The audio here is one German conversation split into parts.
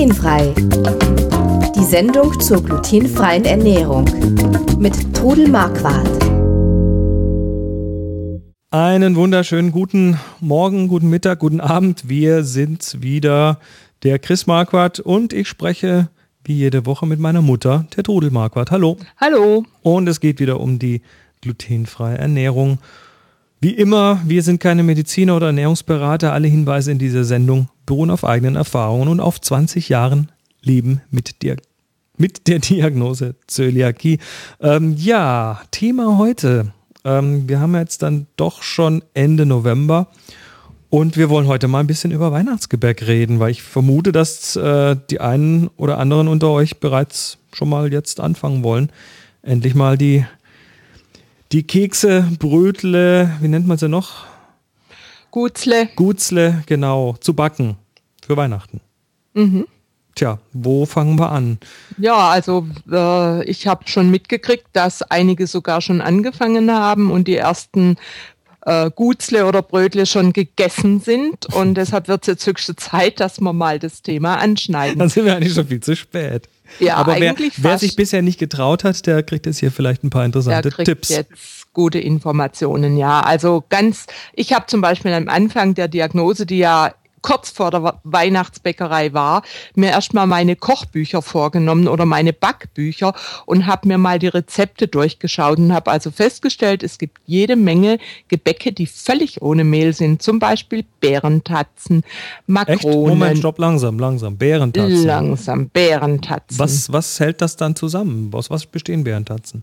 Glutenfrei. Die Sendung zur glutenfreien Ernährung mit Trudel Marquardt. Einen wunderschönen guten Morgen, guten Mittag, guten Abend. Wir sind wieder der Chris Marquardt und ich spreche wie jede Woche mit meiner Mutter, der Trudel Marquardt. Hallo. Hallo. Und es geht wieder um die glutenfreie Ernährung. Wie immer, wir sind keine Mediziner oder Ernährungsberater. Alle Hinweise in dieser Sendung beruhen auf eigenen Erfahrungen und auf 20 Jahren Leben mit der Diagnose Zöliakie. Thema heute. Wir haben jetzt dann doch schon Ende November und wir wollen heute mal ein bisschen über Weihnachtsgebäck reden, weil ich vermute, dass die einen oder anderen unter euch bereits schon mal jetzt anfangen wollen. Endlich mal die Kekse, Brötle, wie nennt man sie noch? Gutzle, genau, zu backen für Weihnachten. Mhm. Tja, wo fangen wir an? Ja, also ich habe schon mitgekriegt, dass einige sogar schon angefangen haben und die ersten Gutzle oder Brötle schon gegessen sind. Und deshalb wird es jetzt höchste Zeit, dass wir mal das Thema anschneiden. Dann sind wir eigentlich schon viel zu spät. Ja, aber eigentlich wer sich bisher nicht getraut hat, der kriegt jetzt hier vielleicht ein paar interessante Tipps. Der kriegt jetzt gute Informationen, ja. Also ich habe zum Beispiel am Anfang der Diagnose, die ja kurz vor der Weihnachtsbäckerei war, mir erstmal meine Kochbücher vorgenommen oder meine Backbücher und habe mir mal die Rezepte durchgeschaut und habe also festgestellt, es gibt jede Menge Gebäcke, die völlig ohne Mehl sind. Zum Beispiel Bärentatzen, Makronen. Echt? Moment, stopp, langsam. Bärentatzen. Langsam, Bärentatzen. Was hält das dann zusammen? Aus was bestehen Bärentatzen?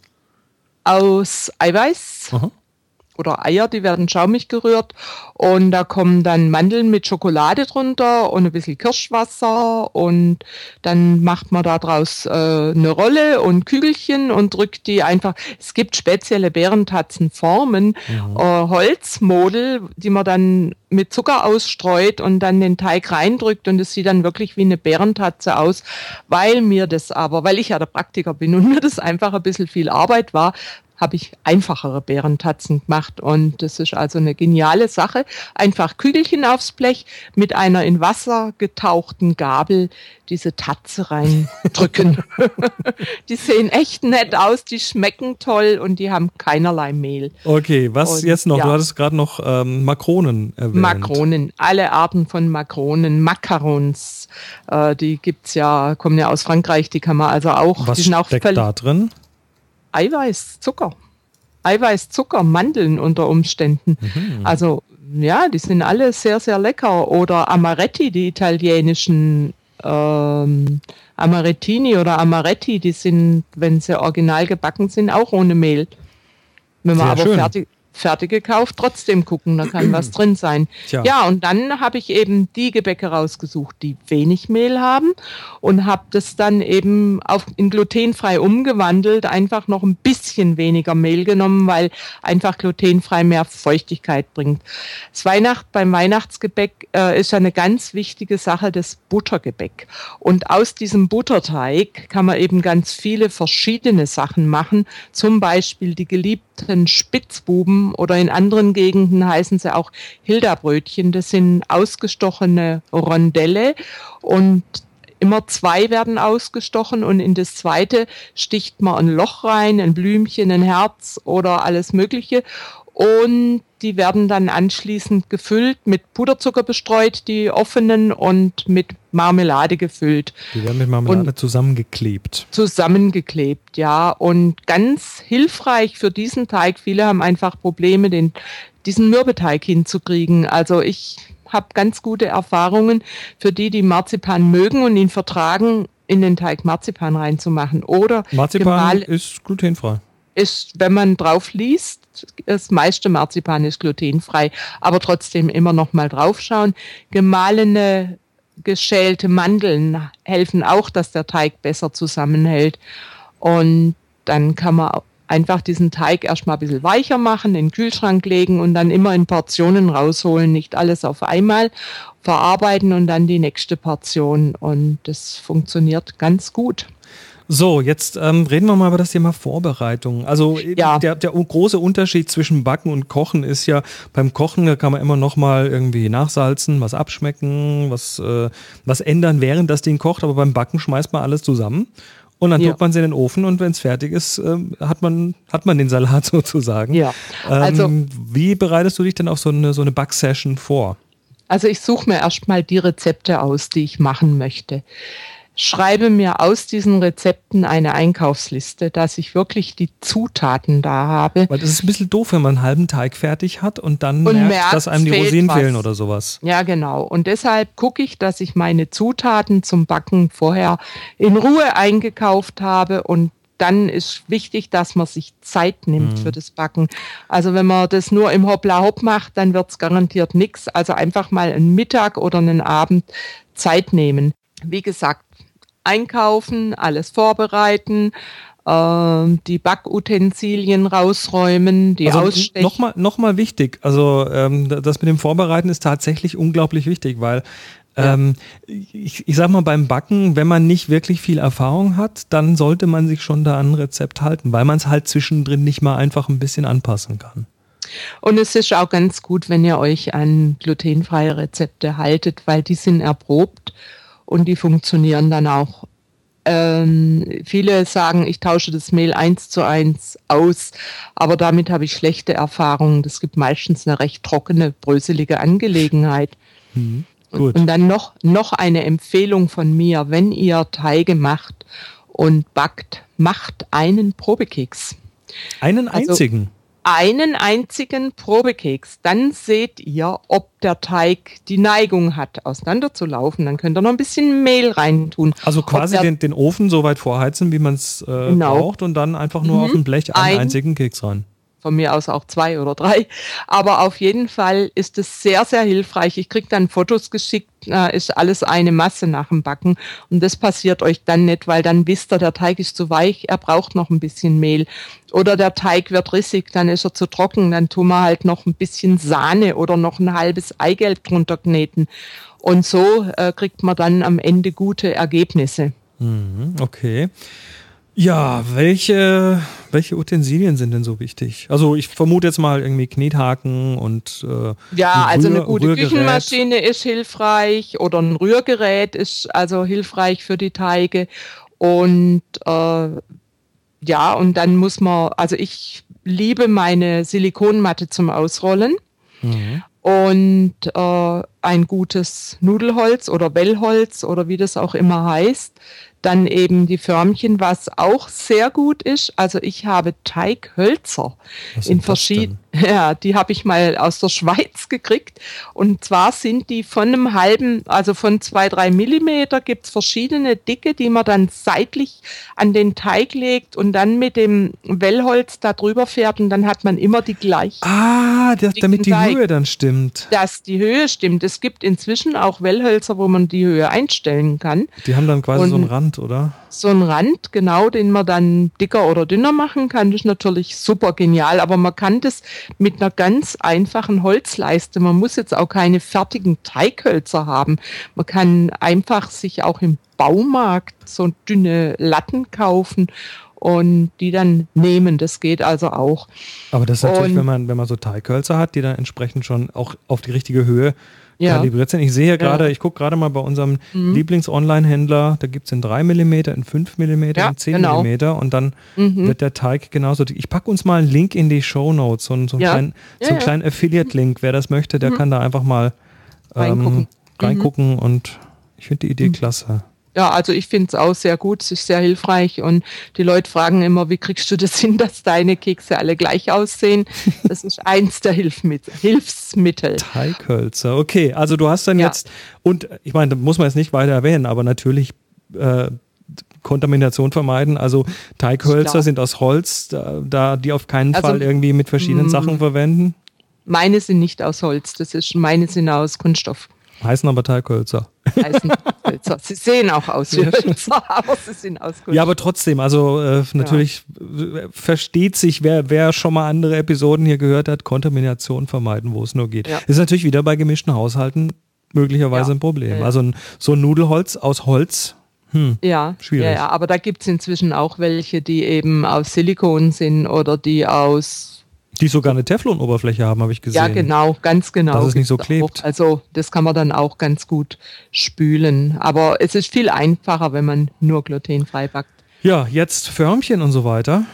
Aus Eiweiß. Aha. Oder Eier, die werden schaumig gerührt und da kommen dann Mandeln mit Schokolade drunter und ein bisschen Kirschwasser und dann macht man daraus eine Rolle und Kügelchen und drückt die einfach. Es gibt spezielle Bärentatzenformen, Holzmodel, die man dann mit Zucker ausstreut und dann den Teig reindrückt und es sieht dann wirklich wie eine Bärentatze aus, weil ich ja der Praktiker bin und mir das einfach ein bisschen viel Arbeit war, habe ich einfachere Bärentatzen gemacht und das ist also eine geniale Sache. Einfach Kügelchen aufs Blech mit einer in Wasser getauchten Gabel diese Tatze reindrücken. Die sehen echt nett aus, die schmecken toll und die haben keinerlei Mehl. Okay, was jetzt noch? Ja. Du hattest gerade noch Makronen erwähnt. Makronen, alle Arten von Makronen, Macarons, die gibt's ja, kommen ja aus Frankreich, die kann man also auch. Was steckt da drin? Eiweiß, Zucker, Mandeln unter Umständen. Mhm. Also ja, die sind alle sehr, sehr lecker. Oder Amaretti, die italienischen Amarettini oder Amaretti, die sind, wenn sie original gebacken sind, auch ohne Mehl. Wenn man aber fertig gekauft, trotzdem gucken, da kann was drin sein. Tja. Ja, und dann habe ich eben die Gebäcke rausgesucht, die wenig Mehl haben und habe das dann eben in glutenfrei umgewandelt, einfach noch ein bisschen weniger Mehl genommen, weil einfach glutenfrei mehr Feuchtigkeit bringt. Beim Weihnachtsgebäck ist ja eine ganz wichtige Sache das Buttergebäck. Und aus diesem Butterteig kann man eben ganz viele verschiedene Sachen machen, zum Beispiel die geliebten Spitzbuben oder in anderen Gegenden heißen sie auch Hilda-Brötchen. Das sind ausgestochene Rondelle und immer 2 werden ausgestochen und in das zweite sticht man ein Loch rein, ein Blümchen, ein Herz oder alles Mögliche. Und die werden dann anschließend gefüllt, mit Puderzucker bestreut, die offenen, und mit Marmelade gefüllt. Die werden mit Marmelade zusammengeklebt. Zusammengeklebt, ja. Und ganz hilfreich für diesen Teig, viele haben einfach Probleme, diesen Mürbeteig hinzukriegen. Also ich habe ganz gute Erfahrungen für die Marzipan mögen und ihn vertragen, in den Teig Marzipan reinzumachen. Oder Marzipan ist glutenfrei. Ist, wenn man drauf liest, das meiste Marzipan ist glutenfrei, aber trotzdem immer noch mal draufschauen. Gemahlene, geschälte Mandeln helfen auch, dass der Teig besser zusammenhält. Und dann kann man einfach diesen Teig erstmal ein bisschen weicher machen, in den Kühlschrank legen und dann immer in Portionen rausholen, nicht alles auf einmal verarbeiten und dann die nächste Portion. Und das funktioniert ganz gut. So, jetzt reden wir mal über das Thema Vorbereitung. Also der große Unterschied zwischen Backen und Kochen ist ja, beim Kochen, da kann man immer noch mal irgendwie nachsalzen, was abschmecken, was ändern, während das Ding kocht. Aber beim Backen schmeißt man alles zusammen und dann tut man es in den Ofen und wenn es fertig ist, hat man den Salat sozusagen. Ja. Also, wie bereitest du dich denn auf so eine Backsession vor? Also ich suche mir erstmal die Rezepte aus, die ich machen möchte. Schreibe mir aus diesen Rezepten eine Einkaufsliste, dass ich wirklich die Zutaten da habe. Weil das ist ein bisschen doof, wenn man einen halben Teig fertig hat und dann merkt, dass einem die Rosinen fehlen oder sowas. Ja, genau. Und deshalb gucke ich, dass ich meine Zutaten zum Backen vorher in Ruhe eingekauft habe und dann ist wichtig, dass man sich Zeit nimmt für das Backen. Also wenn man das nur im Hoppla-Hopp macht, dann wird es garantiert nichts. Also einfach mal einen Mittag oder einen Abend Zeit nehmen. Wie gesagt, einkaufen, alles vorbereiten, die Backutensilien rausräumen, die ausstechen. Nochmal wichtig, also das mit dem Vorbereiten ist tatsächlich unglaublich wichtig, weil ich sag mal, beim Backen, wenn man nicht wirklich viel Erfahrung hat, dann sollte man sich schon da an ein Rezept halten, weil man es halt zwischendrin nicht mal einfach ein bisschen anpassen kann. Und es ist auch ganz gut, wenn ihr euch an glutenfreie Rezepte haltet, weil die sind erprobt und die funktionieren dann auch. Viele sagen, ich tausche das Mehl 1:1 aus, aber damit habe ich schlechte Erfahrungen. Das gibt meistens eine recht trockene, bröselige Angelegenheit. Gut. Und dann noch eine Empfehlung von mir, wenn ihr Teige macht und backt, macht einen Probekeks. Einen einzigen? Einen einzigen Probekeks. Dann seht ihr, ob der Teig die Neigung hat, auseinanderzulaufen. Dann könnt ihr noch ein bisschen Mehl reintun. Also quasi den Ofen so weit vorheizen, wie man es braucht und dann einfach nur auf dem Blech einen einzigen Keks rein. Von mir aus auch 2 oder 3. Aber auf jeden Fall ist es sehr, sehr hilfreich. Ich kriege dann Fotos geschickt, ist alles eine Masse nach dem Backen. Und das passiert euch dann nicht, weil dann wisst ihr, der Teig ist zu weich, er braucht noch ein bisschen Mehl. Oder der Teig wird rissig, dann ist er zu trocken, dann tun wir halt noch ein bisschen Sahne oder noch ein halbes Eigelb drunter kneten. Und so kriegt man dann am Ende gute Ergebnisse. Okay. Ja, welche Utensilien sind denn so wichtig? Also ich vermute jetzt mal irgendwie Knethaken und also eine gute Rührgerät. Küchenmaschine ist hilfreich oder ein Rührgerät ist also hilfreich für die Teige und und dann muss man, also ich liebe meine Silikonmatte zum Ausrollen und ein gutes Nudelholz oder Wellholz oder wie das auch immer heißt. Dann eben die Förmchen, was auch sehr gut ist. Also ich habe Teighölzer in verschiedenen. Ja, die habe ich mal aus der Schweiz gekriegt. Und zwar sind die von einem halben, also von 2-3 Millimeter gibt es verschiedene Dicke, die man dann seitlich an den Teig legt und dann mit dem Wellholz da drüber fährt und dann hat man immer die gleiche. Damit die Höhe dann stimmt. Dass die Höhe stimmt. Es gibt inzwischen auch Wellhölzer, wo man die Höhe einstellen kann. Die haben dann quasi so einen Rand, oder? So ein Rand, genau, den man dann dicker oder dünner machen kann. Das ist natürlich super genial, aber man kann das mit einer ganz einfachen Holzleiste. Man muss jetzt auch keine fertigen Teighölzer haben. Man kann einfach sich auch im Baumarkt so dünne Latten kaufen und die dann nehmen. Das geht also auch. Aber das ist natürlich, wenn man so Teighölzer hat, die dann entsprechend schon auch auf die richtige Höhe kalibriert sind. Ich sehe gerade, ich gucke gerade mal bei unserem Lieblings-Online-Händler, da gibt es in 3 mm, in 5 mm, in 10 mm und dann wird der Teig genauso. Ich packe uns mal einen Link in die Shownotes, so einen kleinen Affiliate-Link. Wer das möchte, der kann da einfach mal reingucken und ich finde die Idee klasse. Ja, also ich finde es auch sehr gut, es ist sehr hilfreich und die Leute fragen immer, wie kriegst du das hin, dass deine Kekse alle gleich aussehen? Das ist eins der Hilfsmittel. Teighölzer, okay, also du hast dann jetzt, und ich meine, da muss man jetzt nicht weiter erwähnen, aber natürlich Kontamination vermeiden, also Teighölzer sind aus Holz, da die auf keinen Fall irgendwie mit verschiedenen Sachen verwenden? Meine sind nicht aus Holz, meine sind aus Kunststoff. Heißen aber Teighölzer. Sie sehen auch aus wie Hölzer, aber sie sind aus Kunststoff. Ja, aber trotzdem, also natürlich versteht sich, wer schon mal andere Episoden hier gehört hat, Kontamination vermeiden, wo es nur geht. Ja. Ist natürlich wieder bei gemischten Haushalten möglicherweise ein Problem. Ja. Also so ein Nudelholz aus Holz, Ja, schwierig. Ja, aber da gibt es inzwischen auch welche, die eben aus Silikon sind oder die sogar eine Teflon-Oberfläche haben, habe ich gesehen. Ja, genau, ganz genau. Dass es nicht so klebt. Auch. Also das kann man dann auch ganz gut spülen. Aber es ist viel einfacher, wenn man nur glutenfrei backt. Ja, jetzt Förmchen und so weiter.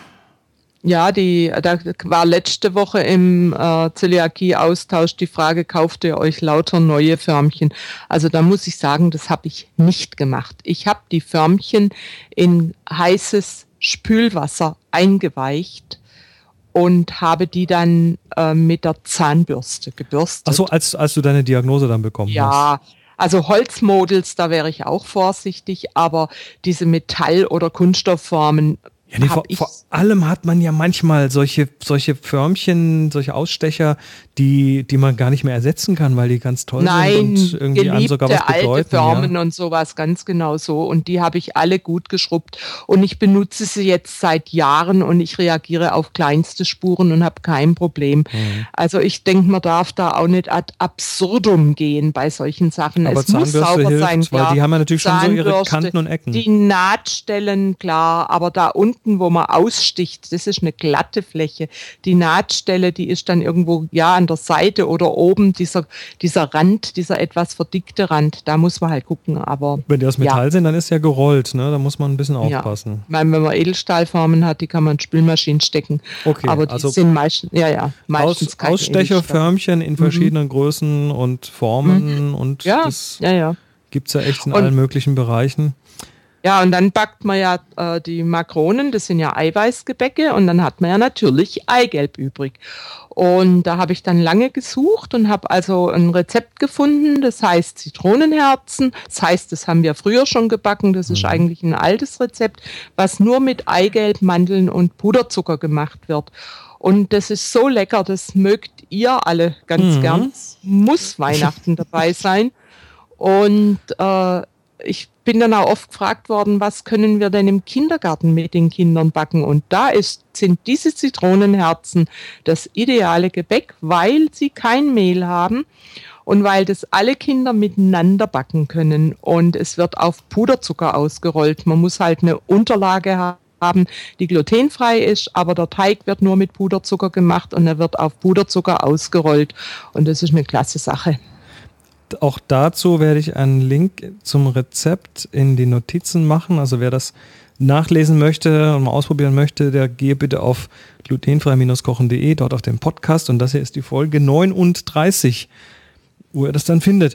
Ja, da war letzte Woche im Zöliakie-Austausch die Frage, kauft ihr euch lauter neue Förmchen? Also da muss ich sagen, das habe ich nicht gemacht. Ich habe die Förmchen in heißes Spülwasser eingeweicht und habe die dann mit der Zahnbürste gebürstet. Ach so, als du deine Diagnose dann bekommen hast. Ja, also Holzmodels, da wäre ich auch vorsichtig, aber diese Metall- oder Kunststoffformen. Ja, vor allem hat man ja manchmal solche Förmchen, solche Ausstecher, die man gar nicht mehr ersetzen kann, weil die ganz toll sind und irgendwie einem sogar was bedeuten. Alte Formen und sowas, ganz genau so. Und die habe ich alle gut geschrubbt. Und ich benutze sie jetzt seit Jahren und ich reagiere auf kleinste Spuren und habe kein Problem. Also ich denke, man darf da auch nicht ad absurdum gehen bei solchen Sachen. Aber es muss sauber hilft, sein, klar. Weil die haben ja natürlich schon so ihre Kanten und Ecken. Die Nahtstellen, klar, aber da unten, wo man aussticht, das ist eine glatte Fläche. Die Nahtstelle, die ist dann irgendwo an der Seite oder oben, dieser Rand, dieser etwas verdickte Rand, da muss man halt gucken. Aber wenn die aus Metall sind, dann ist ja gerollt, ne? Da muss man ein bisschen aufpassen. Ich meine, wenn man Edelstahlformen hat, die kann man in Spülmaschinen stecken. Okay, aber die sind meistens keine Ausstecherförmchen in verschiedenen Größen und Formen und das gibt es ja echt in allen möglichen Bereichen. Ja, und dann backt man ja die Makronen, das sind ja Eiweißgebäcke und dann hat man ja natürlich Eigelb übrig. Und da habe ich dann lange gesucht und habe also ein Rezept gefunden, das heißt Zitronenherzen. Das heißt, das haben wir früher schon gebacken, das ist eigentlich ein altes Rezept, was nur mit Eigelb, Mandeln und Puderzucker gemacht wird. Und das ist so lecker, das mögt ihr alle ganz gern. Es muss Weihnachten dabei sein. Und ich bin dann auch oft gefragt worden, was können wir denn im Kindergarten mit den Kindern backen? Und da sind diese Zitronenherzen das ideale Gebäck, weil sie kein Mehl haben und weil das alle Kinder miteinander backen können. Und es wird auf Puderzucker ausgerollt. Man muss halt eine Unterlage haben, die glutenfrei ist, aber der Teig wird nur mit Puderzucker gemacht und er wird auf Puderzucker ausgerollt. Und das ist eine klasse Sache. Auch dazu werde ich einen Link zum Rezept in die Notizen machen. Also wer das nachlesen möchte und mal ausprobieren möchte, der gehe bitte auf glutenfrei-kochen.de, dort auf den Podcast. Und das hier ist die Folge 39, wo ihr das dann findet.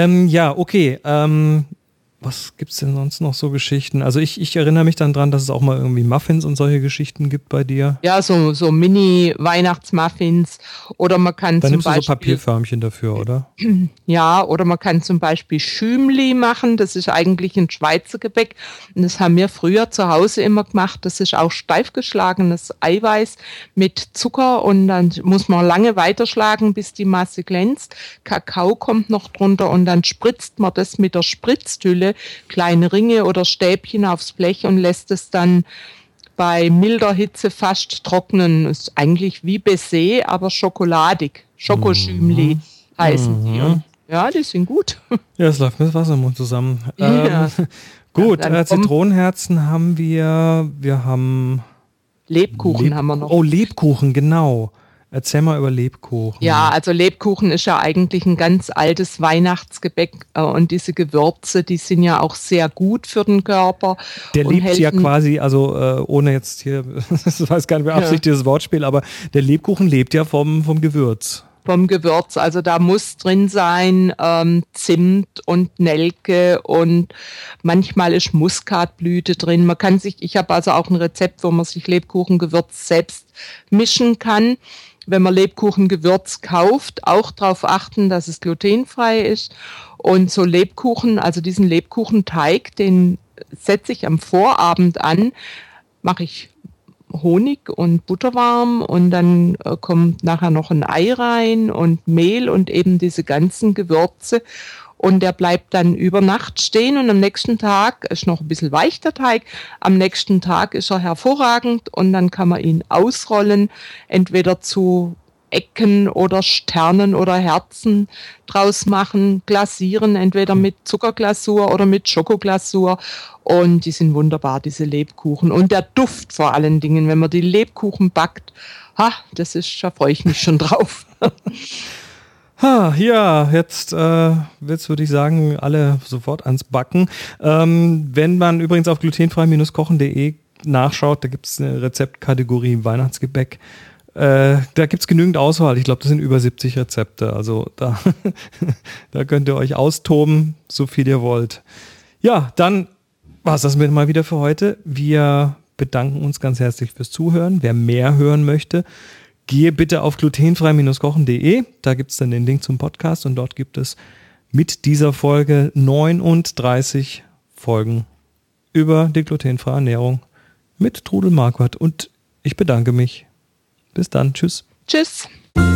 Was gibt's denn sonst noch so Geschichten? Also ich erinnere mich dann dran, dass es auch mal irgendwie Muffins und solche Geschichten gibt bei dir. Ja, so Mini-Weihnachtsmuffins oder man kann dann zum Beispiel... Dann nimmst du so Papierförmchen dafür, oder? Ja, oder man kann zum Beispiel Schümli machen, das ist eigentlich ein Schweizer Gebäck und das haben wir früher zu Hause immer gemacht. Das ist auch steif geschlagenes Eiweiß mit Zucker und dann muss man lange weiterschlagen, bis die Masse glänzt. Kakao kommt noch drunter und dann spritzt man das mit der Spritztülle kleine Ringe oder Stäbchen aufs Blech und lässt es dann bei milder Hitze fast trocknen. Ist eigentlich wie Baiser, aber schokoladig. Schokoschümli heißen die. Und ja, die sind gut. Ja, es läuft mit Wasser im Mund zusammen. Ja. Gut, Zitronenherzen haben wir. Wir haben Lebkuchen haben wir noch. Oh, Lebkuchen, genau. Erzähl mal über Lebkuchen. Ja, also Lebkuchen ist ja eigentlich ein ganz altes Weihnachtsgebäck und diese Gewürze, die sind ja auch sehr gut für den Körper. Der lebt ja quasi, also ohne jetzt hier, ich weiß gar nicht mehr Absicht dieses Wortspiel, aber der Lebkuchen lebt ja vom Gewürz. Vom Gewürz, also da muss drin sein Zimt und Nelke und manchmal ist Muskatblüte drin. Ich habe also auch ein Rezept, wo man sich Lebkuchengewürz selbst mischen kann. Wenn man Lebkuchengewürz kauft, auch darauf achten, dass es glutenfrei ist. Und so Lebkuchen, also diesen Lebkuchenteig, den setze ich am Vorabend an, mache ich Honig und Butter warm und dann kommt nachher noch ein Ei rein und Mehl und eben diese ganzen Gewürze. Und der bleibt dann über Nacht stehen und am nächsten Tag ist noch ein bisschen weich der Teig. Am nächsten Tag ist er hervorragend und dann kann man ihn ausrollen, entweder zu Ecken oder Sternen oder Herzen draus machen, glasieren, entweder mit Zuckerglasur oder mit Schokoglasur. Und die sind wunderbar, diese Lebkuchen. Und der Duft vor allen Dingen, wenn man die Lebkuchen backt, da freue ich mich schon drauf. Ja, jetzt würde ich sagen, alle sofort ans Backen. Wenn man übrigens auf glutenfrei-kochen.de nachschaut, da gibt es eine Rezeptkategorie Weihnachtsgebäck. Da gibt es genügend Auswahl. Ich glaube, das sind über 70 Rezepte. Also da könnt ihr euch austoben, so viel ihr wollt. Ja, dann war es das mal wieder für heute. Wir bedanken uns ganz herzlich fürs Zuhören. Wer mehr hören möchte, gehe bitte auf glutenfrei-kochen.de. Da gibt es dann den Link zum Podcast und dort gibt es mit dieser Folge 39 Folgen über die glutenfreie Ernährung mit Trudel Marquardt. Und ich bedanke mich. Bis dann. Tschüss. Tschüss.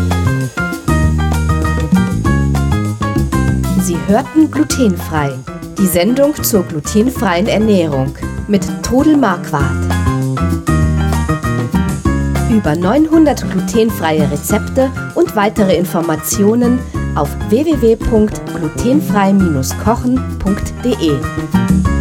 Sie hörten Glutenfrei. Die Sendung zur glutenfreien Ernährung mit Trudel Marquardt. Über 900 glutenfreie Rezepte und weitere Informationen auf www.glutenfrei-kochen.de.